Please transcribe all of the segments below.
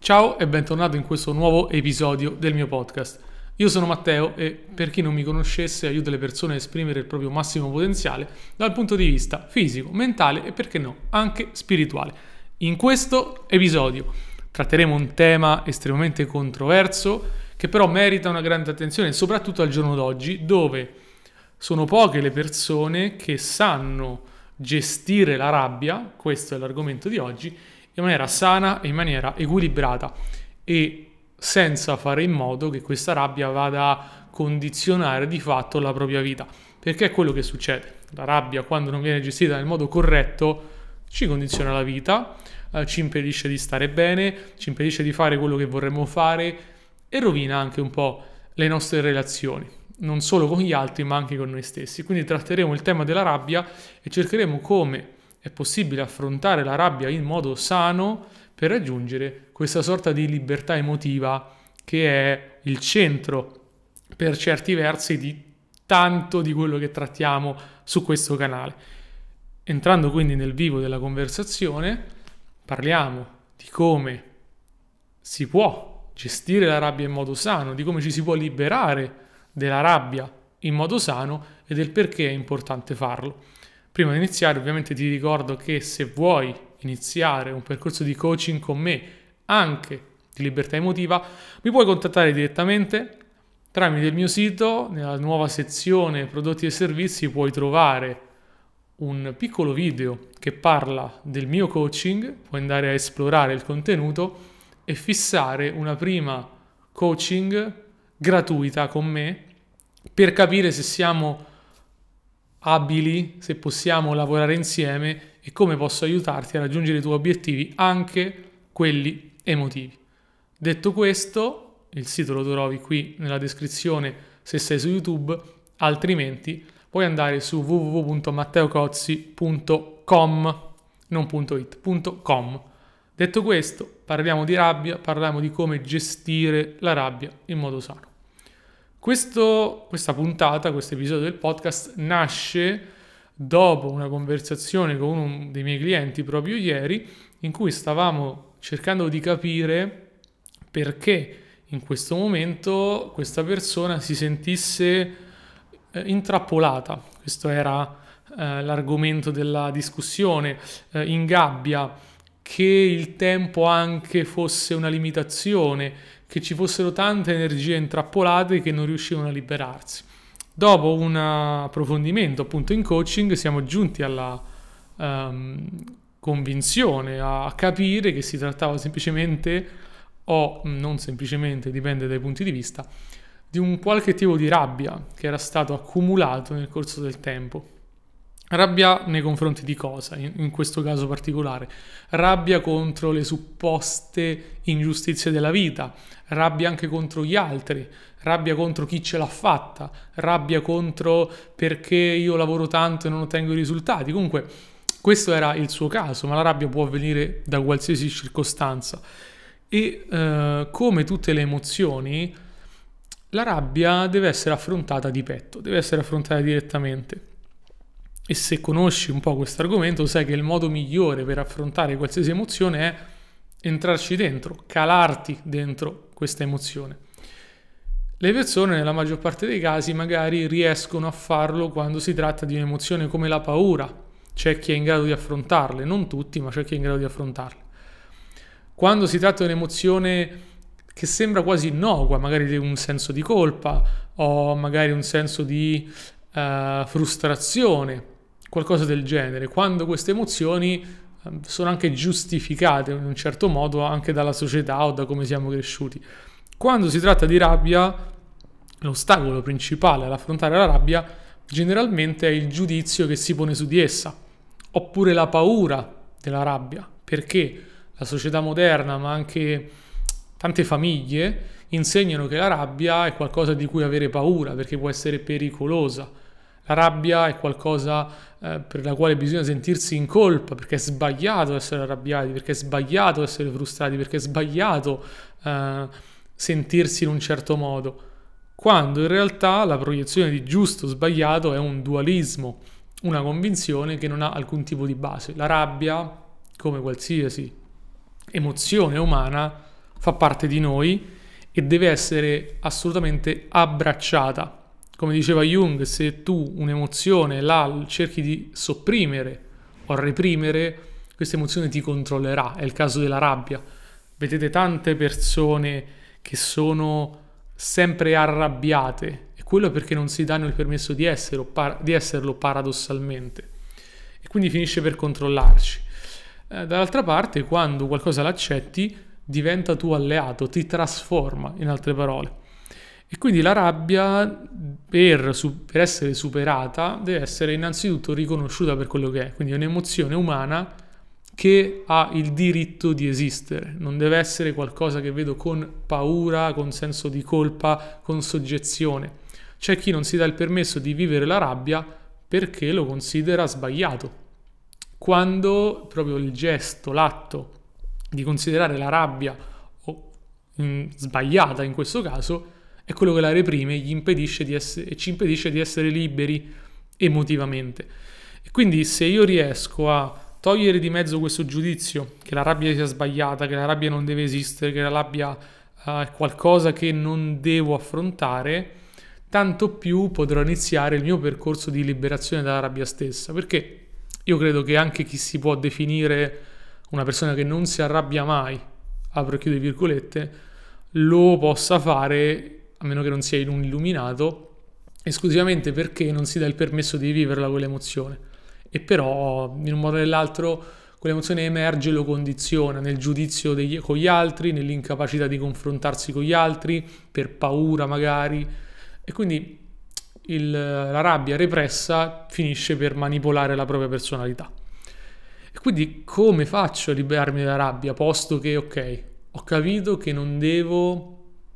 Ciao e bentornato in questo nuovo episodio del mio podcast. Io sono Matteo e per chi non mi conoscesse aiuto le persone a esprimere il proprio massimo potenziale dal punto di vista fisico, mentale e perché no, anche spirituale. In questo episodio tratteremo un tema estremamente controverso che però merita una grande attenzione, soprattutto al giorno d'oggi, dove sono poche le persone che sanno gestire la rabbia, questo è l'argomento di oggi, in maniera sana e in maniera equilibrata e senza fare in modo che questa rabbia vada a condizionare di fatto la propria vita. Perché è quello che succede. La rabbia, quando non viene gestita nel modo corretto, ci condiziona la vita, ci impedisce di stare bene, ci impedisce di fare quello che vorremmo fare e rovina anche un po' le nostre relazioni, non solo con gli altri ma anche con noi stessi. Quindi tratteremo il tema della rabbia e cercheremo come è possibile affrontare la rabbia in modo sano per raggiungere questa sorta di libertà emotiva che è il centro, per certi versi, di tanto di quello che trattiamo su questo canale. Entrando quindi nel vivo della conversazione, parliamo di come si può gestire la rabbia in modo sano, di come ci si può liberare della rabbia in modo sano e del perché è importante farlo. Prima di iniziare, ovviamente ti ricordo che se vuoi iniziare un percorso di coaching con me, anche di libertà emotiva, mi puoi contattare direttamente tramite il mio sito. Nella nuova sezione prodotti e servizi puoi trovare un piccolo video che parla del mio coaching, puoi andare a esplorare il contenuto e fissare una prima coaching gratuita con me per capire se siamo abili, se possiamo lavorare insieme e come posso aiutarti a raggiungere i tuoi obiettivi, anche quelli emotivi. Detto questo, il sito lo trovi qui nella descrizione se sei su YouTube, altrimenti puoi andare su www.matteocozzi.com, non .it.com. Detto questo, parliamo di rabbia, parliamo di come gestire la rabbia in modo sano. Questa puntata, questo episodio del podcast nasce dopo una conversazione con uno dei miei clienti proprio ieri, in cui stavamo cercando di capire perché in questo momento questa persona si sentisse intrappolata. Questo era l'argomento della discussione, in gabbia, che il tempo anche fosse una limitazione, che ci fossero tante energie intrappolate che non riuscivano a liberarsi. Dopo un approfondimento appunto in coaching siamo giunti alla convinzione, a capire che si trattava semplicemente, o non semplicemente, dipende dai punti di vista, di un qualche tipo di rabbia che era stato accumulato nel corso del tempo. Rabbia nei confronti di cosa, in questo caso particolare? Rabbia contro le supposte ingiustizie della vita, rabbia anche contro gli altri, rabbia contro chi ce l'ha fatta, rabbia contro perché io lavoro tanto e non ottengo i risultati. Comunque questo era il suo caso, ma la rabbia può avvenire da qualsiasi circostanza. E come tutte le emozioni, la rabbia deve essere affrontata di petto, deve essere affrontata direttamente. E se conosci un po' questo argomento, sai che il modo migliore per affrontare qualsiasi emozione è entrarci dentro, calarti dentro questa emozione. Le persone nella maggior parte dei casi magari riescono a farlo quando si tratta di un'emozione come la paura. C'è chi è in grado di affrontarle, non tutti, ma c'è chi è in grado di affrontarle. Quando si tratta di un'emozione che sembra quasi innocua, magari di un senso di colpa o magari un senso di frustrazione, qualcosa del genere, quando queste emozioni sono anche giustificate in un certo modo anche dalla società o da come siamo cresciuti. Quando si tratta di rabbia, l'ostacolo principale all'affrontare la rabbia generalmente è il giudizio che si pone su di essa, oppure la paura della rabbia, perché la società moderna, ma anche tante famiglie, insegnano che la rabbia è qualcosa di cui avere paura, perché può essere pericolosa. La rabbia è qualcosa per la quale bisogna sentirsi in colpa, perché è sbagliato essere arrabbiati, perché è sbagliato essere frustrati, perché è sbagliato sentirsi in un certo modo. Quando in realtà la proiezione di giusto o sbagliato è un dualismo, una convinzione che non ha alcun tipo di base. La rabbia, come qualsiasi emozione umana, fa parte di noi e deve essere assolutamente abbracciata. Come diceva Jung, se tu un'emozione la cerchi di sopprimere o reprimere, questa emozione ti controllerà. È il caso della rabbia. Vedete tante persone che sono sempre arrabbiate e quello è perché non si danno il permesso di esserlo paradossalmente e quindi finisce per controllarci. Dall'altra parte, quando qualcosa l'accetti, diventa tuo alleato, ti trasforma, in altre parole. E quindi la rabbia, per essere superata, deve essere innanzitutto riconosciuta per quello che è. Quindi è un'emozione umana che ha il diritto di esistere. Non deve essere qualcosa che vedo con paura, con senso di colpa, con soggezione. C'è chi non si dà il permesso di vivere la rabbia perché lo considera sbagliato. Quando proprio il gesto, l'atto di considerare la rabbia sbagliata in questo caso è quello che la reprime e ci impedisce di essere liberi emotivamente. E quindi se io riesco a togliere di mezzo questo giudizio che la rabbia sia sbagliata, che la rabbia non deve esistere, che la rabbia è qualcosa che non devo affrontare, tanto più potrò iniziare il mio percorso di liberazione dalla rabbia stessa, perché io credo che anche chi si può definire una persona che non si arrabbia mai, apro e chiudo virgolette, lo possa fare, a meno che non sia in un illuminato, esclusivamente perché non si dà il permesso di viverla quell'emozione. E però, in un modo o nell'altro, quell'emozione emerge e lo condiziona nel giudizio con gli altri, nell'incapacità di confrontarsi con gli altri, per paura magari. E quindi la rabbia repressa finisce per manipolare la propria personalità. E quindi come faccio a liberarmi dalla rabbia, posto che, ok, ho capito che non devo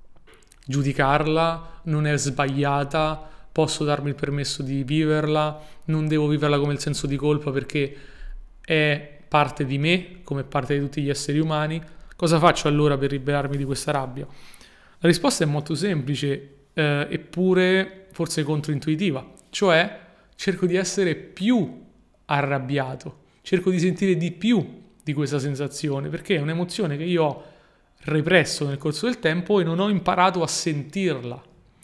giudicarla, non è sbagliata, posso darmi il permesso di viverla, non devo viverla come il senso di colpa perché è parte di me, come parte di tutti gli esseri umani. Cosa faccio allora per liberarmi di questa rabbia? La risposta è molto semplice, eppure forse controintuitiva, cioè cerco di essere più arrabbiato, cerco di sentire di più di questa sensazione, perché è un'emozione che io ho represso nel corso del tempo e non ho imparato a sentirla.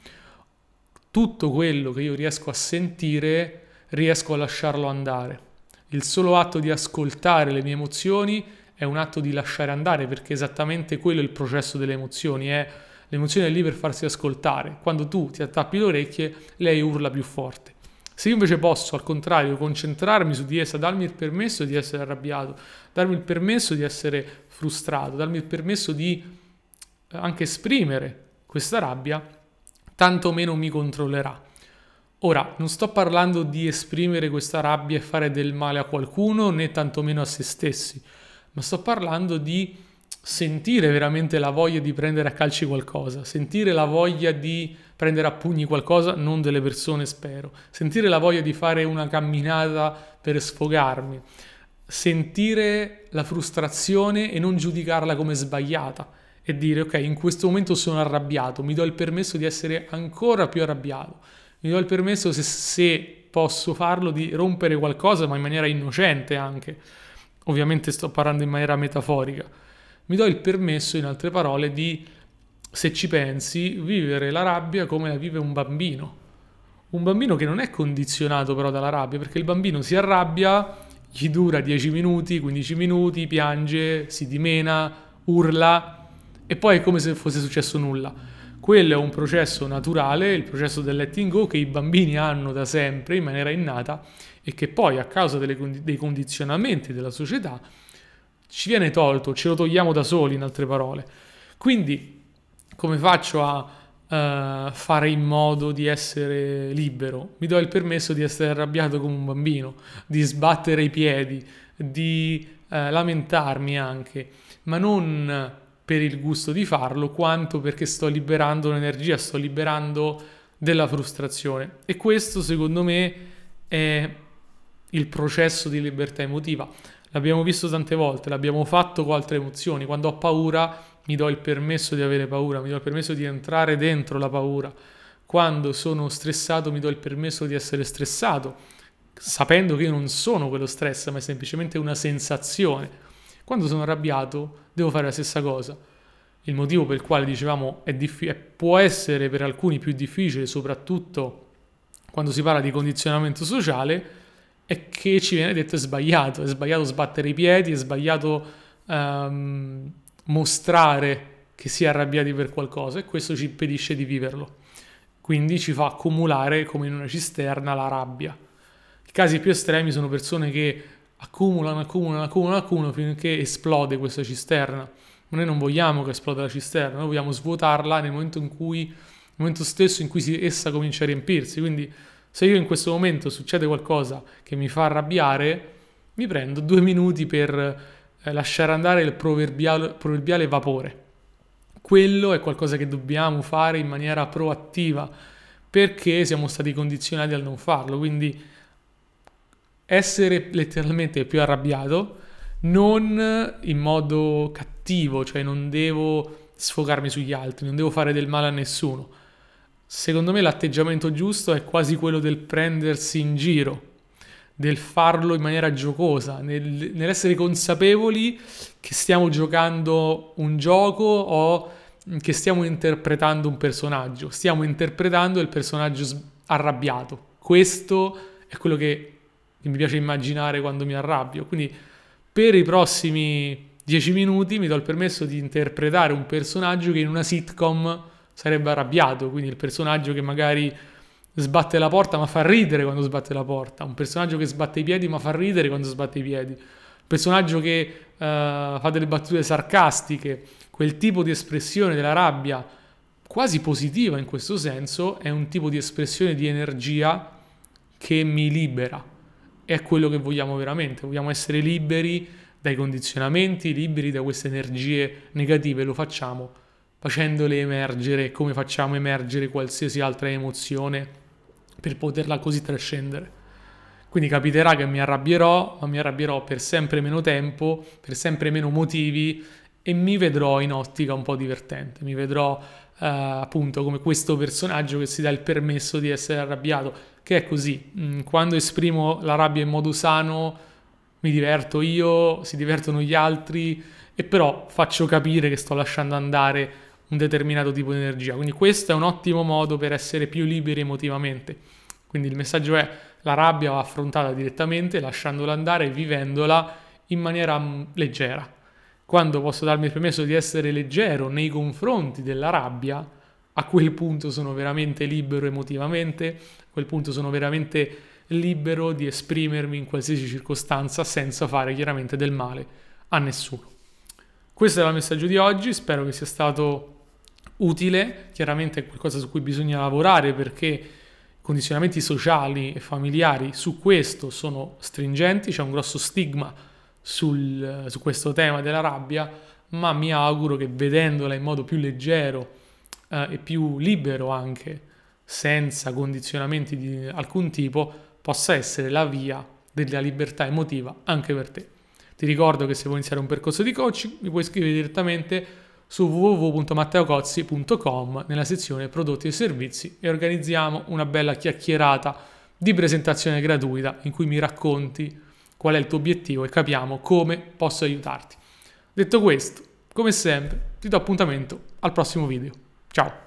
Tutto quello che io riesco a sentire, riesco a lasciarlo andare. Il solo atto di ascoltare le mie emozioni è un atto di lasciare andare, perché esattamente quello è il processo delle emozioni, l'emozione è lì per farsi ascoltare. Quando tu ti attappi le orecchie, lei urla più forte. Se io invece posso, al contrario, concentrarmi su di essa, darmi il permesso di essere arrabbiato, darmi il permesso di essere frustrato, darmi il permesso di anche esprimere questa rabbia, tanto meno mi controllerà. Ora, non sto parlando di esprimere questa rabbia e fare del male a qualcuno, né tantomeno a se stessi, ma sto parlando di sentire veramente la voglia di prendere a calci qualcosa, sentire la voglia di prendere a pugni qualcosa, non delle persone spero, sentire la voglia di fare una camminata per sfogarmi, sentire la frustrazione e non giudicarla come sbagliata e dire ok, in questo momento sono arrabbiato, mi do il permesso di essere ancora più arrabbiato, mi do il permesso, se posso farlo, di rompere qualcosa, ma in maniera innocente anche, ovviamente sto parlando in maniera metaforica. Mi do il permesso, in altre parole, di, se ci pensi, vivere la rabbia come la vive un bambino. Un bambino che non è condizionato però dalla rabbia, perché il bambino si arrabbia, gli dura 10 minuti, 15 minuti, piange, si dimena, urla e poi è come se fosse successo nulla. Quello è un processo naturale, il processo del letting go che i bambini hanno da sempre in maniera innata e che poi a causa dei condizionamenti della società ci viene tolto, ce lo togliamo da soli, in altre parole. Quindi come faccio a fare in modo di essere libero? Mi do il permesso di essere arrabbiato come un bambino, di sbattere i piedi, di lamentarmi anche, ma non per il gusto di farlo, quanto perché sto liberando l'energia, sto liberando della frustrazione. E questo, secondo me, è il processo di libertà emotiva. L'abbiamo visto tante volte, l'abbiamo fatto con altre emozioni. Quando ho paura, mi do il permesso di avere paura, mi do il permesso di entrare dentro la paura. Quando sono stressato, mi do il permesso di essere stressato, sapendo che io non sono quello stress, ma è semplicemente una sensazione. Quando sono arrabbiato devo fare la stessa cosa. il motivo per il quale dicevamo può essere per alcuni più difficile, soprattutto quando si parla di condizionamento sociale, è che ci viene detto è sbagliato sbattere i piedi, è sbagliato mostrare che si è arrabbiati per qualcosa, e questo ci impedisce di viverlo. Quindi ci fa accumulare come in una cisterna la rabbia. I casi più estremi sono persone che accumulano finché esplode questa cisterna. Ma noi non vogliamo che esploda la cisterna, noi vogliamo svuotarla nel momento stesso in cui essa comincia a riempirsi. Quindi se io in questo momento succede qualcosa che mi fa arrabbiare, mi prendo 2 minuti per lasciare andare il proverbiale vapore. Quello è qualcosa che dobbiamo fare in maniera proattiva, perché siamo stati condizionati al non farlo. Quindi essere letteralmente più arrabbiato, non in modo cattivo, cioè non devo sfogarmi sugli altri, non devo fare del male a nessuno. Secondo me l'atteggiamento giusto è quasi quello del prendersi in giro, del farlo in maniera giocosa, nell'essere consapevoli che stiamo giocando un gioco o che stiamo interpretando un personaggio. Stiamo interpretando il personaggio arrabbiato. Questo è quello che mi piace immaginare quando mi arrabbio. Quindi per i prossimi 10 minuti mi do il permesso di interpretare un personaggio che in una sitcom sarebbe arrabbiato, quindi il personaggio che magari sbatte la porta ma fa ridere quando sbatte la porta, un personaggio che sbatte i piedi ma fa ridere quando sbatte i piedi, un personaggio che fa delle battute sarcastiche. Quel tipo di espressione della rabbia, quasi positiva in questo senso, è un tipo di espressione di energia che mi libera. È quello che vogliamo veramente, vogliamo essere liberi dai condizionamenti, liberi da queste energie negative. Lo facciamo facendole emergere come facciamo emergere qualsiasi altra emozione per poterla così trascendere. Quindi capiterà che mi arrabbierò, ma mi arrabbierò per sempre meno tempo, per sempre meno motivi, e mi vedrò in ottica un po' divertente, mi vedrò appunto come questo personaggio che si dà il permesso di essere arrabbiato, che è così. Quando esprimo la rabbia in modo sano mi diverto io, si divertono gli altri, e però faccio capire che sto lasciando andare un determinato tipo di energia. Quindi questo è un ottimo modo per essere più liberi emotivamente. Quindi il messaggio è: la rabbia va affrontata direttamente, lasciandola andare e vivendola in maniera leggera. Quando posso darmi il permesso di essere leggero nei confronti della rabbia, a quel punto sono veramente libero emotivamente, a quel punto sono veramente libero di esprimermi in qualsiasi circostanza senza fare chiaramente del male a nessuno. Questo è il messaggio di oggi, spero che sia stato utile. Chiaramente è qualcosa su cui bisogna lavorare, perché i condizionamenti sociali e familiari su questo sono stringenti, c'è un grosso stigma su questo tema della rabbia, ma mi auguro che vedendola in modo più leggero e più libero, anche senza condizionamenti di alcun tipo, possa essere la via della libertà emotiva anche per te. Ti ricordo che se vuoi iniziare un percorso di coaching mi puoi iscrivere direttamente su www.matteocozzi.com nella sezione prodotti e servizi, e organizziamo una bella chiacchierata di presentazione gratuita in cui mi racconti qual è il tuo obiettivo e capiamo come posso aiutarti. Detto questo, come sempre, ti do appuntamento al prossimo video. Ciao!